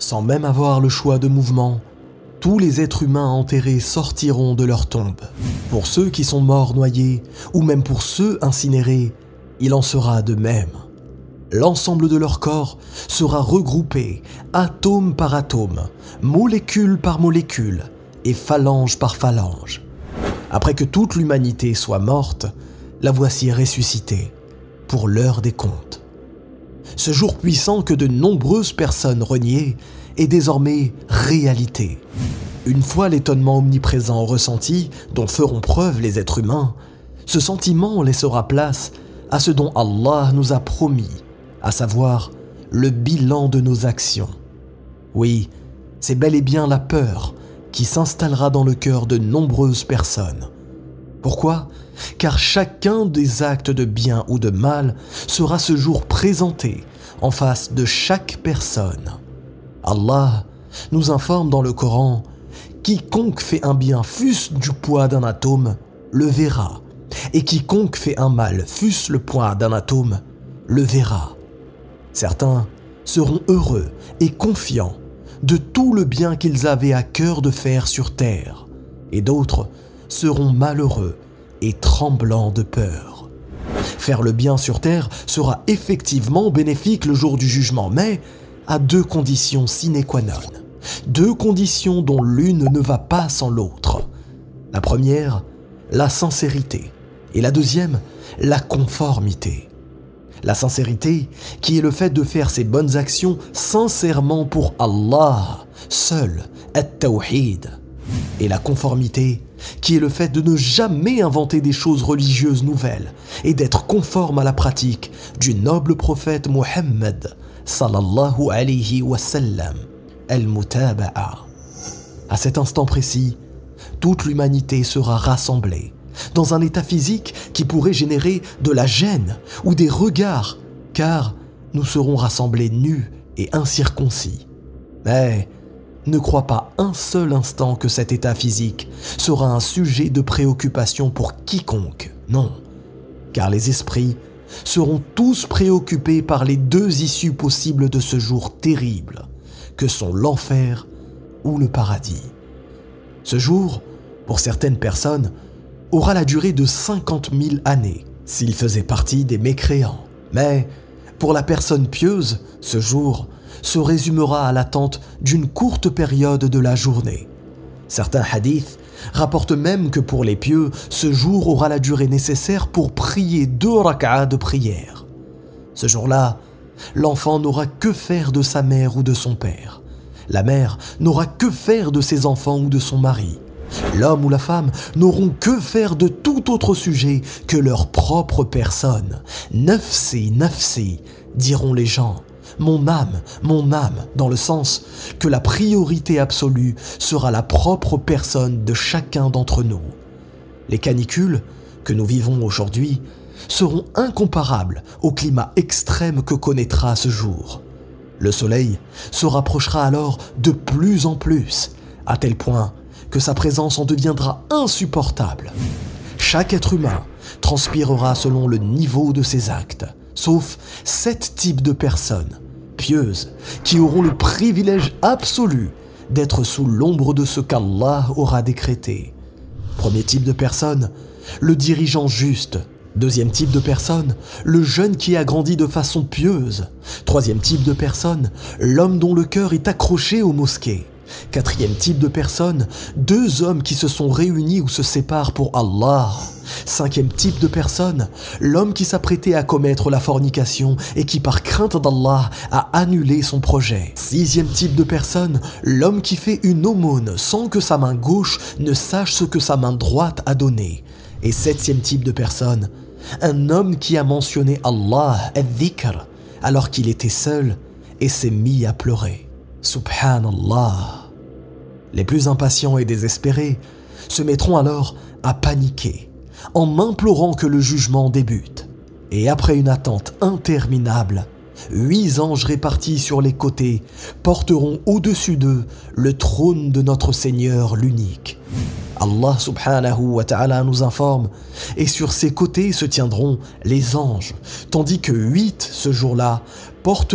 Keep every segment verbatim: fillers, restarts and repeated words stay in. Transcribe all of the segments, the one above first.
Sans même avoir le choix de mouvement, tous les êtres humains enterrés sortiront de leur tombe. Pour ceux qui sont morts noyés, ou même pour ceux incinérés, il en sera de même. L'ensemble de leur corps sera regroupé, atome par atome, molécule par molécule, et phalange par phalange. Après que toute l'humanité soit morte, la voici ressuscitée, pour l'heure des comptes. Ce jour puissant que de nombreuses personnes reniaient est désormais réalité. Une fois l'étonnement omniprésent ressenti, dont feront preuve les êtres humains, ce sentiment laissera place à ce dont Allah nous a promis, à savoir le bilan de nos actions. Oui, c'est bel et bien la peur qui s'installera dans le cœur de nombreuses personnes. Pourquoi ? Car chacun des actes de bien ou de mal sera ce jour présenté en face de chaque personne. Allah nous informe dans le Coran « Quiconque fait un bien fût-ce du poids d'un atome, le verra, et quiconque fait un mal fût-ce le poids d'un atome, le verra. » Certains seront heureux et confiants de tout le bien qu'ils avaient à cœur de faire sur terre, et d'autres seront malheureux et tremblants de peur. Faire le bien sur terre sera effectivement bénéfique le jour du jugement, mais à deux conditions sine qua non. Deux conditions dont l'une ne va pas sans l'autre. La première, la sincérité, et la deuxième, la conformité. La sincérité, qui est le fait de faire ses bonnes actions sincèrement pour Allah, seul, at-tawhid. Et la conformité, qui est le fait de ne jamais inventer des choses religieuses nouvelles et d'être conforme à la pratique du noble prophète Muhammad sallallahu alayhi wa sallam, al-mutaba'a. À cet instant précis, toute l'humanité sera rassemblée dans un état physique qui pourrait générer de la gêne ou des regards, car nous serons rassemblés nus et incirconcis. Mais ne crois pas un seul instant que cet état physique sera un sujet de préoccupation pour quiconque, non, car les esprits seront tous préoccupés par les deux issues possibles de ce jour terrible, que sont l'enfer ou le paradis. Ce jour, pour certaines personnes, aura la durée de cinquante mille années, s'il faisait partie des mécréants. Mais pour la personne pieuse, ce jour se résumera à l'attente d'une courte période de la journée. Certains hadiths rapportent même que pour les pieux, ce jour aura la durée nécessaire pour prier deux rak'ahs de prière. Ce jour-là, l'enfant n'aura que faire de sa mère ou de son père. La mère n'aura que faire de ses enfants ou de son mari. L'homme ou la femme n'auront que faire de tout autre sujet que leur propre personne. Nafsi, nafsi, diront les gens. Mon âme, mon âme, dans le sens que la priorité absolue sera la propre personne de chacun d'entre nous. Les canicules que nous vivons aujourd'hui seront incomparables au climat extrême que connaîtra ce jour. Le soleil se rapprochera alors de plus en plus, à tel point que sa présence en deviendra insupportable. Chaque être humain transpirera selon le niveau de ses actes, sauf sept types de personnes pieuses qui auront le privilège absolu d'être sous l'ombre de ce qu'Allah aura décrété. Premier type de personne, le dirigeant juste. Deuxième type de personne, le jeune qui a grandi de façon pieuse. Troisième type de personne, l'homme dont le cœur est accroché aux mosquées. Quatrième type de personne, deux hommes qui se sont réunis ou se séparent pour Allah. Cinquième type de personne, l'homme qui s'apprêtait à commettre la fornication et qui par crainte d'Allah a annulé son projet. Sixième type de personne, l'homme qui fait une aumône sans que sa main gauche ne sache ce que sa main droite a donné. Et septième type de personne, un homme qui a mentionné Allah, al-dhikr, alors qu'il était seul et s'est mis à pleurer. Subhanallah. Les plus impatients et désespérés se mettront alors à paniquer en implorant que le jugement débute. Et après une attente interminable, huit anges répartis sur les côtés porteront au-dessus d'eux le trône de notre Seigneur l'unique. Allah subhanahu wa ta'ala nous informe, et sur ses côtés se tiendront les anges, tandis que huit ce jour-là porteront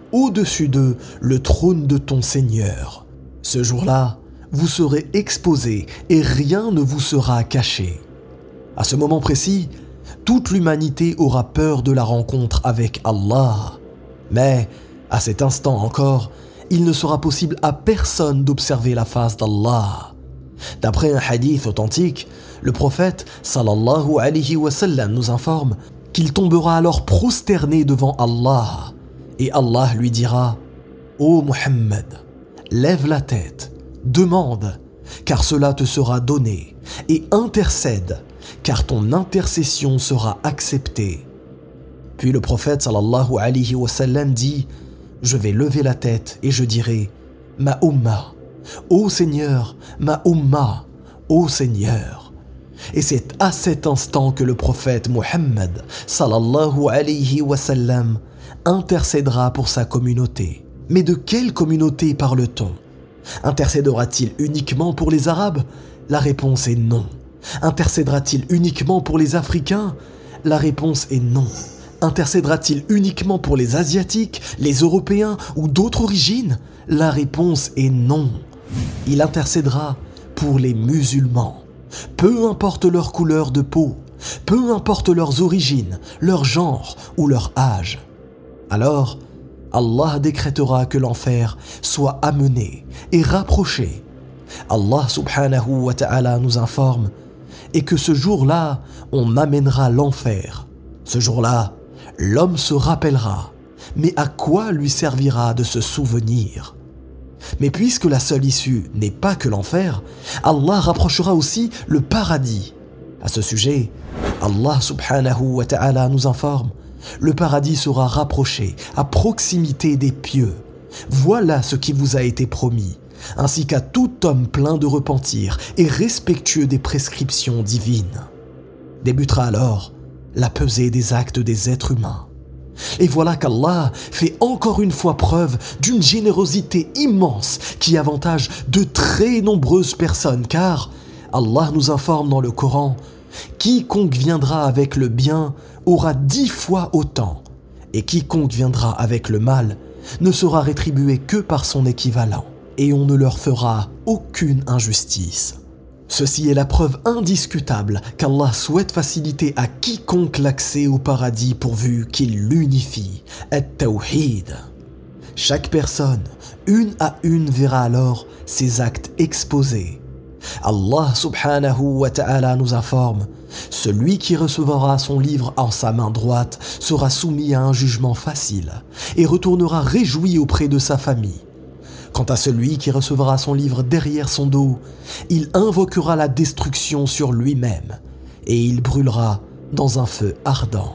au-dessus d'eux le trône de ton Seigneur. Ce jour-là, vous serez exposés et rien ne vous sera caché. À ce moment précis, toute l'humanité aura peur de la rencontre avec Allah. Mais, à cet instant encore, il ne sera possible à personne d'observer la face d'Allah. D'après un hadith authentique, le prophète sallallahu alayhi wa sallam nous informe qu'il tombera alors prosterné devant Allah. Et Allah lui dira « Ô Muhammad, lève la tête, demande, car cela te sera donné, et intercède, car ton intercession sera acceptée. » Puis le prophète sallallahu alayhi wa sallam dit « Je vais lever la tête et je dirai « Ma umma, ô Seigneur, ma umma, ô Seigneur. » Et c'est à cet instant que le prophète Muhammad sallallahu alayhi wa sallam intercédera pour sa communauté. Mais de quelle communauté parle-t-on? Intercédera-t-il uniquement pour les Arabes? La réponse est non. Intercédera-t-il uniquement pour les Africains? La réponse est non. Intercédera-t-il uniquement pour les Asiatiques, les Européens ou d'autres origines? La réponse est non. Il intercédera pour les musulmans. Peu importe leur couleur de peau, peu importe leurs origines, leur genre ou leur âge. Alors, Allah décrétera que l'enfer soit amené et rapproché. Allah subhanahu wa ta'ala nous informe et que ce jour-là, on amènera l'enfer. Ce jour-là, l'homme se rappellera, mais à quoi lui servira de se souvenir? Mais puisque la seule issue n'est pas que l'enfer, Allah rapprochera aussi le paradis. À ce sujet, Allah subhanahu wa ta'ala nous informe: le paradis sera rapproché à proximité des pieux. Voilà ce qui vous a été promis, ainsi qu'à tout homme plein de repentir et respectueux des prescriptions divines. Débutera alors la pesée des actes des êtres humains. Et voilà qu'Allah fait encore une fois preuve d'une générosité immense qui avantage de très nombreuses personnes, car Allah nous informe dans le Coran: quiconque viendra avec le bien aura dix fois autant, et quiconque viendra avec le mal ne sera rétribué que par son équivalent, et on ne leur fera aucune injustice. Ceci est la preuve indiscutable qu'Allah souhaite faciliter à quiconque l'accès au paradis pourvu qu'il l'unifie, at-tawhid. Chaque personne, une à une, verra alors ses actes exposés. Allah subhanahu wa ta'ala nous informe: celui qui recevra son livre en sa main droite sera soumis à un jugement facile et retournera réjoui auprès de sa famille. Quant à celui qui recevra son livre derrière son dos, il invoquera la destruction sur lui-même et il brûlera dans un feu ardent.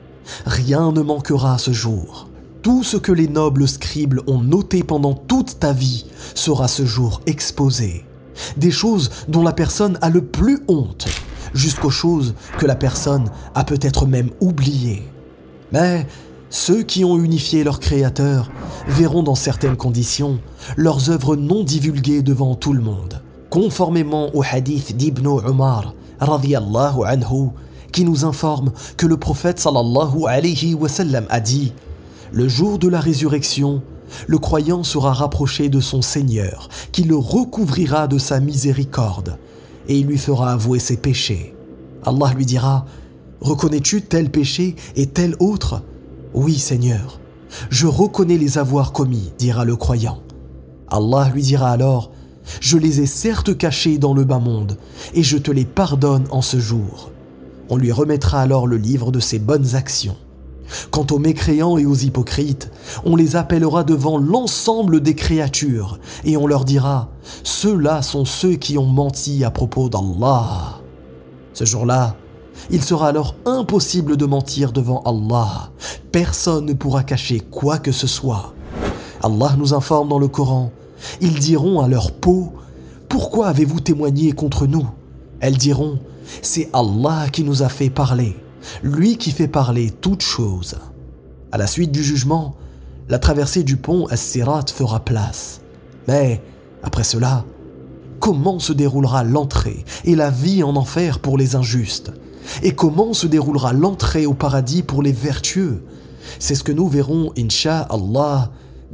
Rien ne manquera ce jour. Tout ce que les nobles scribes ont noté pendant toute ta vie sera ce jour exposé. Des choses dont la personne a le plus honte, jusqu'aux choses que la personne a peut-être même oubliées. Mais ceux qui ont unifié leur Créateur verront dans certaines conditions leurs œuvres non divulguées devant tout le monde, conformément au hadith d'Ibn Umar radiyallahu anhu, qui nous informe que le prophète sallallahu alayhi wa sallam a dit: le jour de la résurrection, le croyant sera rapproché de son Seigneur, qui le recouvrira de sa miséricorde, et il lui fera avouer ses péchés. Allah lui dira: reconnais-tu tel péché et tel autre? Oui, Seigneur, je reconnais les avoir commis, dira le croyant. Allah lui dira alors: je les ai certes cachés dans le bas monde, et je te les pardonne en ce jour. On lui remettra alors le livre de ses bonnes actions. Quant aux mécréants et aux hypocrites, on les appellera devant l'ensemble des créatures, et on leur dira: ceux-là sont ceux qui ont menti à propos d'Allah. Ce jour-là, il sera alors impossible de mentir devant Allah. Personne ne pourra cacher quoi que ce soit. Allah nous informe dans le Coran: ils diront à leur peau: pourquoi avez-vous témoigné contre nous? Elles diront: c'est Allah qui nous a fait parler, lui qui fait parler toutes choses. À la suite du jugement, la traversée du pont As-Sirat fera place. Mais après cela, comment se déroulera l'entrée et la vie en enfer pour les injustes? Et comment se déroulera l'entrée au paradis pour les vertueux? C'est ce que nous verrons, Inch'Allah,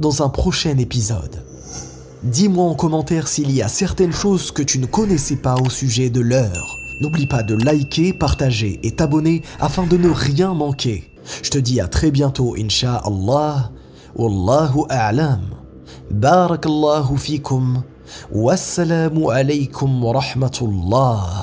dans un prochain épisode. Dis-moi en commentaire s'il y a certaines choses que tu ne connaissais pas au sujet de l'heure. N'oublie pas de liker, partager et t'abonner afin de ne rien manquer. Je te dis à très bientôt, Inch'Allah. Wallahu a'lam. Barakallahu fikum. Wassalamu alaykum wa rahmatullah.